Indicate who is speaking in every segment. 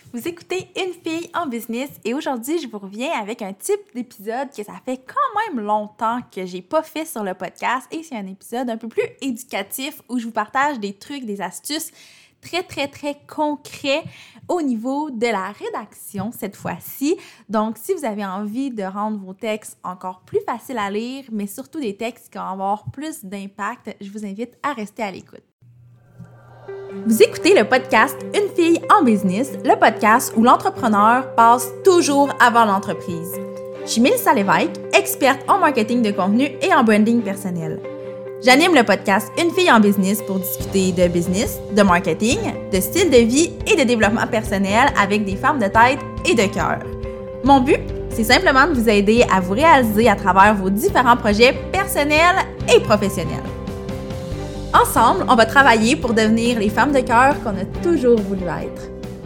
Speaker 1: Vous écoutez Une fille en business et aujourd'hui, je vous reviens avec un type d'épisode que ça fait quand même longtemps que j'ai pas fait sur le podcast et c'est un épisode un peu plus éducatif où je vous partage des trucs, des astuces très concrets au niveau de la rédaction cette fois-ci. Donc, si vous avez envie de rendre vos textes encore plus faciles à lire, mais surtout des textes qui vont avoir plus d'impact, je vous invite à rester à l'écoute. Vous écoutez le podcast Une fille en business, le podcast où l'entrepreneur passe toujours avant l'entreprise. Je suis Mélissa Lévesque, experte en marketing de contenu et en branding personnel. J'anime le podcast Une fille en business pour discuter de business, de marketing, de style de vie et de développement personnel avec des femmes de tête et de cœur. Mon but, c'est simplement de vous aider à vous réaliser à travers vos différents projets personnels et professionnels. Ensemble, on va travailler pour devenir les femmes de cœur qu'on a toujours voulu être.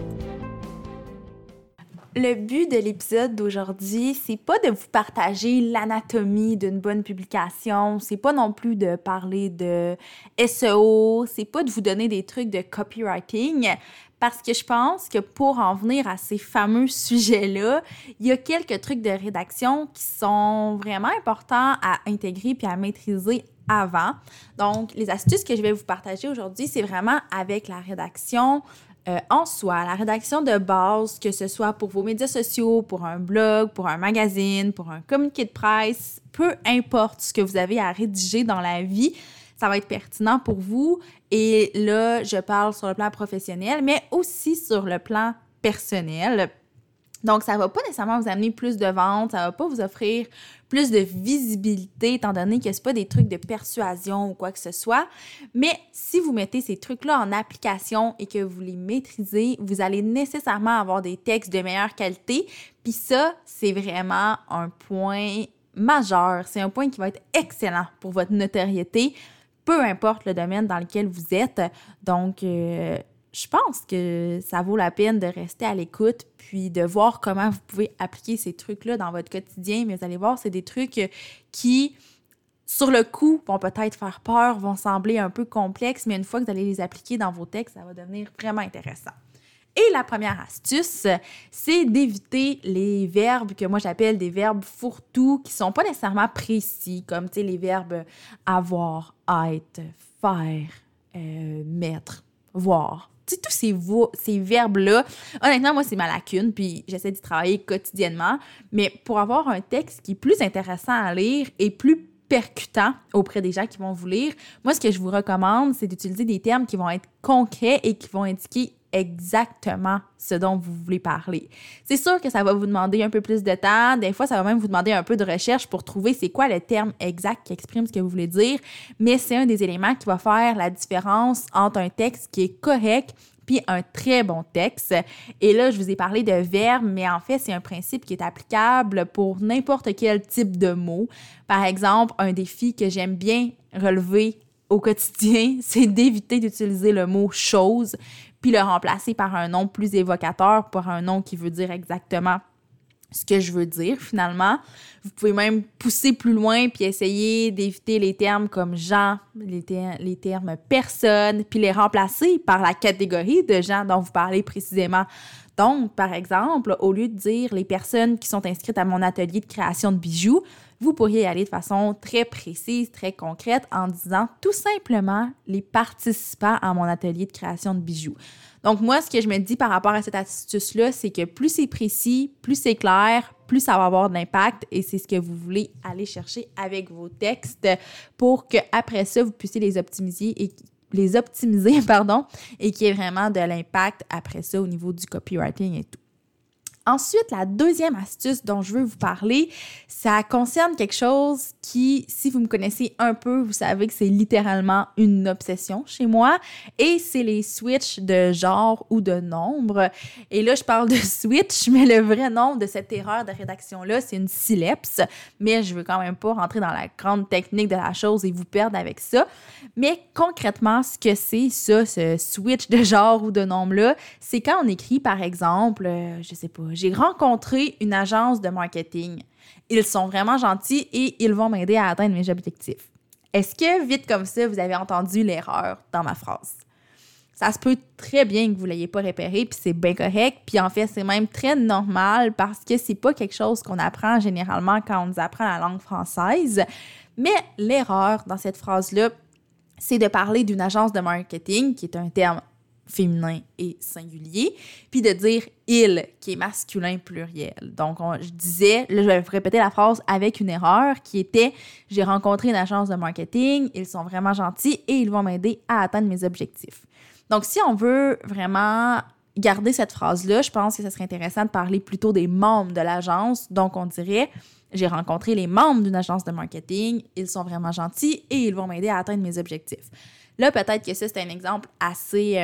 Speaker 1: Le but de l'épisode d'aujourd'hui, c'est pas de vous partager l'anatomie d'une bonne publication, c'est pas non plus de parler de SEO, c'est pas de vous donner des trucs de copywriting, parce que je pense que pour en venir à ces fameux sujets-là, il y a quelques trucs de rédaction qui sont vraiment importants à intégrer puis à maîtriser avant. Donc, les astuces que je vais vous partager aujourd'hui, c'est vraiment avec la rédaction en soi, la rédaction de base, que ce soit pour vos médias sociaux, pour un blog, pour un magazine, pour un communiqué de presse, peu importe ce que vous avez à rédiger dans la vie, ça va être pertinent pour vous. Et là, je parle sur le plan professionnel, mais aussi sur le plan personnel. Donc, ça ne va pas nécessairement vous amener plus de ventes, ça ne va pas vous offrir plus de visibilité, étant donné que ce n'est pas des trucs de persuasion ou quoi que ce soit. Mais si vous mettez ces trucs-là en application et que vous les maîtrisez, vous allez nécessairement avoir des textes de meilleure qualité. Puis ça, c'est vraiment un point majeur. C'est un point qui va être excellent pour votre notoriété, peu importe le domaine dans lequel vous êtes. Donc, je pense que ça vaut la peine de rester à l'écoute puis de voir comment vous pouvez appliquer ces trucs-là dans votre quotidien. Mais vous allez voir, c'est des trucs qui, sur le coup, vont peut-être faire peur, vont sembler un peu complexes, mais une fois que vous allez les appliquer dans vos textes, ça va devenir vraiment intéressant. Et la première astuce, c'est d'éviter les verbes que moi j'appelle des verbes fourre-tout qui sont pas nécessairement précis, comme les verbes avoir, être, faire, mettre, voir. Tous ces verbes-là, honnêtement, moi, c'est ma lacune, puis j'essaie d'y travailler quotidiennement. Mais pour avoir un texte qui est plus intéressant à lire et plus percutant auprès des gens qui vont vous lire, moi, ce que je vous recommande, c'est d'utiliser des termes qui vont être concrets et qui vont indiquer exactement ce dont vous voulez parler. C'est sûr que ça va vous demander un peu plus de temps. Des fois, ça va même vous demander un peu de recherche pour trouver c'est quoi le terme exact qui exprime ce que vous voulez dire, mais c'est un des éléments qui va faire la différence entre un texte qui est correct puis un très bon texte. Et là, je vous ai parlé de verbes, mais en fait, c'est un principe qui est applicable pour n'importe quel type de mot. Par exemple, un défi que j'aime bien relever au quotidien, c'est d'éviter d'utiliser le mot « chose » puis le remplacer par un nom plus évocateur, par un nom qui veut dire exactement ce que je veux dire finalement. Vous pouvez même pousser plus loin puis essayer d'éviter les termes comme « gens », les termes « personne », puis les remplacer par la catégorie de gens dont vous parlez précisément. Donc, par exemple, au lieu de dire « les personnes qui sont inscrites à mon atelier de création de bijoux », vous pourriez y aller de façon très précise, très concrète en disant tout simplement « les participants à mon atelier de création de bijoux ». Donc moi, ce que je me dis par rapport à cette astuce-là, c'est que plus c'est précis, plus c'est clair, plus ça va avoir de l'impact et c'est ce que vous voulez aller chercher avec vos textes pour qu'après ça, vous puissiez les optimiser et qu'il y ait vraiment de l'impact après ça au niveau du copywriting et tout. Ensuite, la deuxième astuce dont je veux vous parler, ça concerne quelque chose qui, si vous me connaissez un peu, vous savez que c'est littéralement une obsession chez moi et c'est les switches de genre ou de nombre. Et là, je parle de switch, mais le vrai nom de cette erreur de rédaction-là, c'est une syllèpse, mais je veux quand même pas rentrer dans la grande technique de la chose et vous perdre avec ça. Mais concrètement, ce que c'est ça, ce switch de genre ou de nombre-là, c'est quand on écrit, par exemple, je sais pas, j'ai rencontré une agence de marketing. Ils sont vraiment gentils et ils vont m'aider à atteindre mes objectifs. Est-ce que, vite comme ça, vous avez entendu l'erreur dans ma phrase? ça se peut très bien que vous l'ayez pas repéré, puis c'est bien correct. Puis en fait, c'est même très normal parce que c'est pas quelque chose qu'on apprend généralement quand on nous apprend la langue française. Mais l'erreur dans cette phrase-là, c'est de parler d'une agence de marketing, qui est un terme féminin et singulier, puis de dire « il », qui est masculin pluriel. Donc, je disais, là, je vais vous répéter la phrase avec une erreur qui était « J'ai rencontré une agence de marketing, ils sont vraiment gentils et ils vont m'aider à atteindre mes objectifs. » Donc, si on veut vraiment garder cette phrase-là, je pense que ce serait intéressant de parler plutôt des membres de l'agence. Donc, on dirait « J'ai rencontré les membres d'une agence de marketing, ils sont vraiment gentils et ils vont m'aider à atteindre mes objectifs. » Là, peut-être que ça, c'est un exemple assez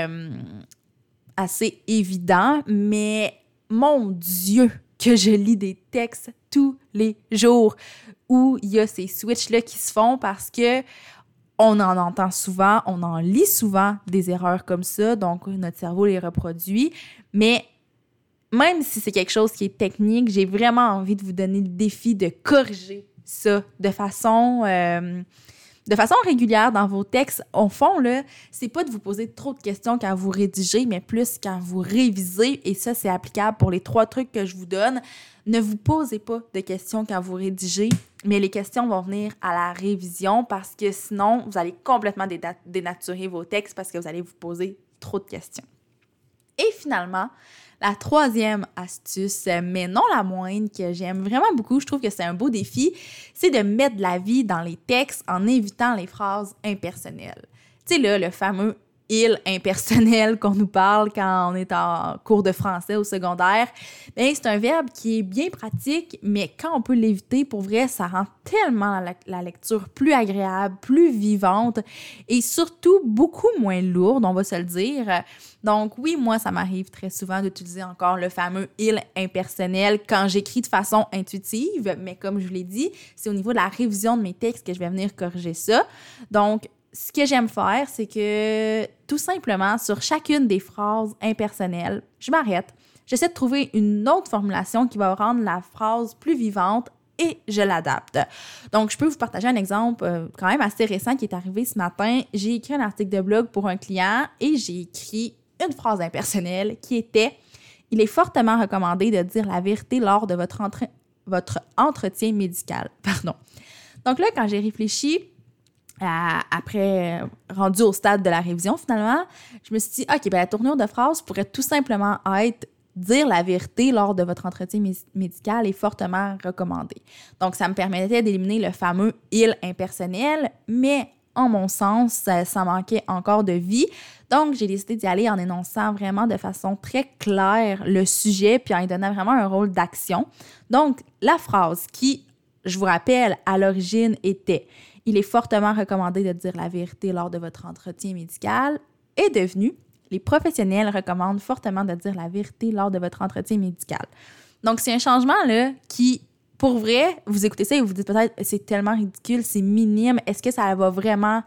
Speaker 1: évident, mais mon Dieu, que je lis des textes tous les jours où il y a ces switches-là qui se font parce que on en entend souvent, on en lit souvent des erreurs comme ça, donc notre cerveau les reproduit, mais même si c'est quelque chose qui est technique, j'ai vraiment envie de vous donner le défi de corriger ça de façon régulière dans vos textes. Au fond, là, c'est pas de vous poser trop de questions quand vous rédigez, mais plus quand vous révisez. Et ça, c'est applicable pour les 3 trucs que je vous donne. Ne vous posez pas de questions quand vous rédigez, mais les questions vont venir à la révision parce que sinon, vous allez complètement dénaturer vos textes parce que vous allez vous poser trop de questions. Et finalement, la 3e astuce, mais non la moindre, que j'aime vraiment beaucoup, je trouve que c'est un beau défi, c'est de mettre de la vie dans les textes en évitant les phrases impersonnelles. Tu sais, là, le fameux « il » impersonnel qu'on nous parle quand on est en cours de français au secondaire, bien, c'est un verbe qui est bien pratique, mais quand on peut l'éviter, pour vrai, ça rend tellement la lecture plus agréable, plus vivante et surtout beaucoup moins lourde, on va se le dire. Donc oui, moi, ça m'arrive très souvent d'utiliser encore le fameux « il » impersonnel quand j'écris de façon intuitive, mais comme je vous l'ai dit, c'est au niveau de la révision de mes textes que je vais venir corriger ça. Donc, ce que j'aime faire, c'est que tout simplement, sur chacune des phrases impersonnelles, je m'arrête, j'essaie de trouver une autre formulation qui va rendre la phrase plus vivante et je l'adapte. Donc, je peux vous partager un exemple quand même assez récent qui est arrivé ce matin. J'ai écrit un article de blog pour un client et j'ai écrit une phrase impersonnelle qui était « Il est fortement recommandé de dire la vérité lors de votre entretien médical. » Pardon. Donc là, quand j'ai réfléchi, après, rendu au stade de la révision, finalement, je me suis dit, OK, la tournure de phrase pourrait tout simplement être « dire la vérité lors de votre entretien médical est fortement recommandé ». Donc, ça me permettait d'éliminer le fameux « il » impersonnel, mais en mon sens, ça manquait encore de vie. Donc, j'ai décidé d'y aller en énonçant vraiment de façon très claire le sujet, puis en y donnant vraiment un rôle d'action. Donc, la phrase qui, je vous rappelle, à l'origine était « Il est fortement recommandé de dire la vérité lors de votre entretien médical » est devenue « Les professionnels recommandent fortement de dire la vérité lors de votre entretien médical ». Donc, c'est un changement là qui, pour vrai, vous écoutez ça et vous vous dites peut-être « c'est tellement ridicule, c'est minime, est-ce que ça va vraiment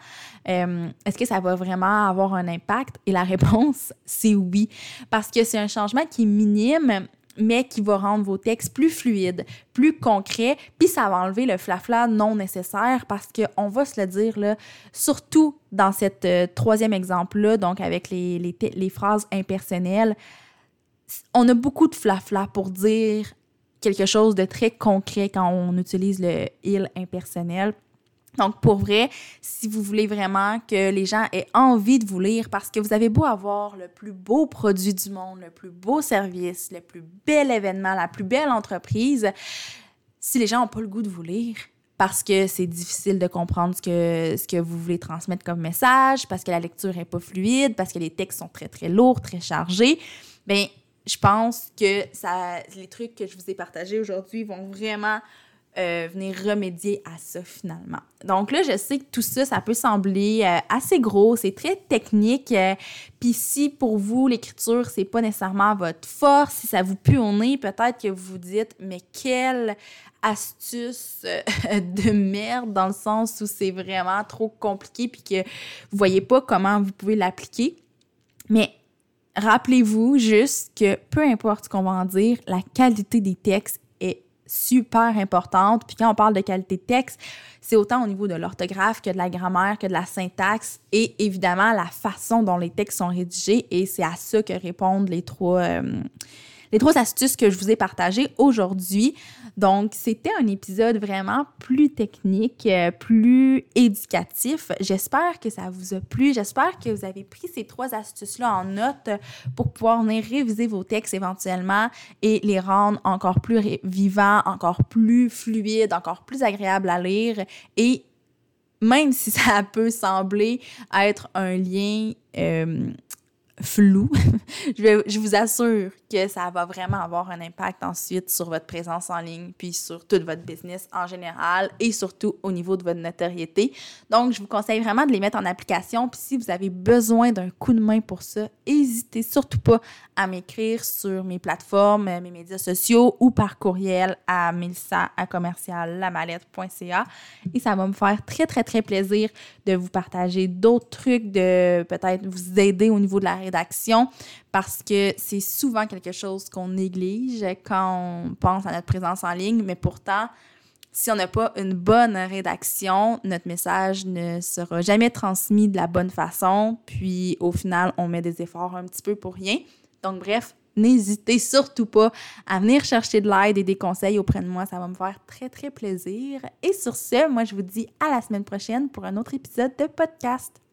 Speaker 1: avoir un impact? » Et la réponse, c'est oui, parce que c'est un changement qui est minime, mais qui va rendre vos textes plus fluides, plus concrets, puis ça va enlever le flafla non nécessaire parce qu'on va se le dire, là, surtout dans cette 3e exemple-là, donc avec les phrases impersonnelles, on a beaucoup de flafla pour dire quelque chose de très concret quand on utilise le « il » impersonnel. Donc, pour vrai, si vous voulez vraiment que les gens aient envie de vous lire, parce que vous avez beau avoir le plus beau produit du monde, le plus beau service, le plus bel événement, la plus belle entreprise, si les gens n'ont pas le goût de vous lire, parce que c'est difficile de comprendre ce que vous voulez transmettre comme message, parce que la lecture n'est pas fluide, parce que les textes sont très, très lourds, très chargés, bien, je pense que les trucs que je vous ai partagés aujourd'hui vont vraiment venir remédier à ça finalement. Donc là, je sais que tout ça, ça peut sembler assez gros, c'est très technique. Puis si pour vous, l'écriture, c'est pas nécessairement votre force, si ça vous pue au nez, peut-être que vous vous dites, mais quelle astuce de merde, dans le sens où c'est vraiment trop compliqué puis que vous voyez pas comment vous pouvez l'appliquer. Mais rappelez-vous juste que peu importe ce qu'on va en dire, la qualité des textes est super importante. Puis quand on parle de qualité de texte, c'est autant au niveau de l'orthographe que de la grammaire, que de la syntaxe et évidemment la façon dont les textes sont rédigés. Et c'est à ça que répondent les trois astuces que je vous ai partagées aujourd'hui. Donc, c'était un épisode vraiment plus technique, plus éducatif. J'espère que ça vous a plu. J'espère que vous avez pris ces 3 astuces-là en note pour pouvoir venir réviser vos textes éventuellement et les rendre encore plus vivants, encore plus fluides, encore plus agréables à lire. Et même si ça peut sembler être un lien flou, je vous assure que ça va vraiment avoir un impact ensuite sur votre présence en ligne, puis sur tout votre business en général et surtout au niveau de votre notoriété. Donc, je vous conseille vraiment de les mettre en application. Puis si vous avez besoin d'un coup de main pour ça, n'hésitez surtout pas à m'écrire sur mes plateformes, mes médias sociaux ou par courriel à melissa@commerciallamalette.ca et ça va me faire très, très, très plaisir de vous partager d'autres trucs, de peut-être vous aider au niveau de la rédaction parce que c'est souvent quelque chose qu'on néglige quand on pense à notre présence en ligne, mais pourtant, si on n'a pas une bonne rédaction, notre message ne sera jamais transmis de la bonne façon, puis au final, on met des efforts un petit peu pour rien. Donc bref, n'hésitez surtout pas à venir chercher de l'aide et des conseils auprès de moi, ça va me faire très, très plaisir. Et sur ce, moi, je vous dis à la semaine prochaine pour un autre épisode de podcast.